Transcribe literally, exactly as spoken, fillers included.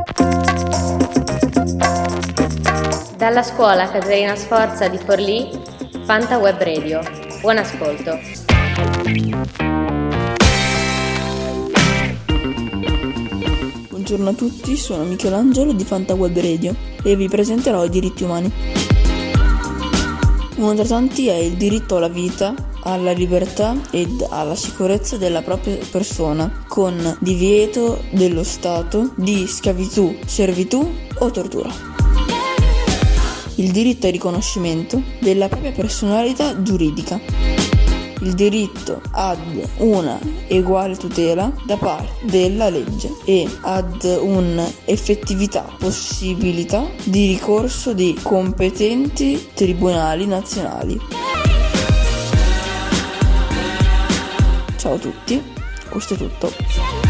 Dalla scuola Caterina Sforza di Forlì, Fanta Web Radio. Buon ascolto. Buongiorno a tutti, sono Michelangelo di Fanta Web Radio e vi presenterò i diritti umani. Uno tra tanti è il diritto alla vita, alla libertà ed alla sicurezza della propria persona, con divieto dello Stato di schiavitù, servitù o tortura. Il diritto al riconoscimento della propria personalità giuridica. Il diritto ad una uguale tutela da parte della legge e ad un'effettività possibilità di ricorso di competenti tribunali nazionali. Ciao a tutti, questo è tutto.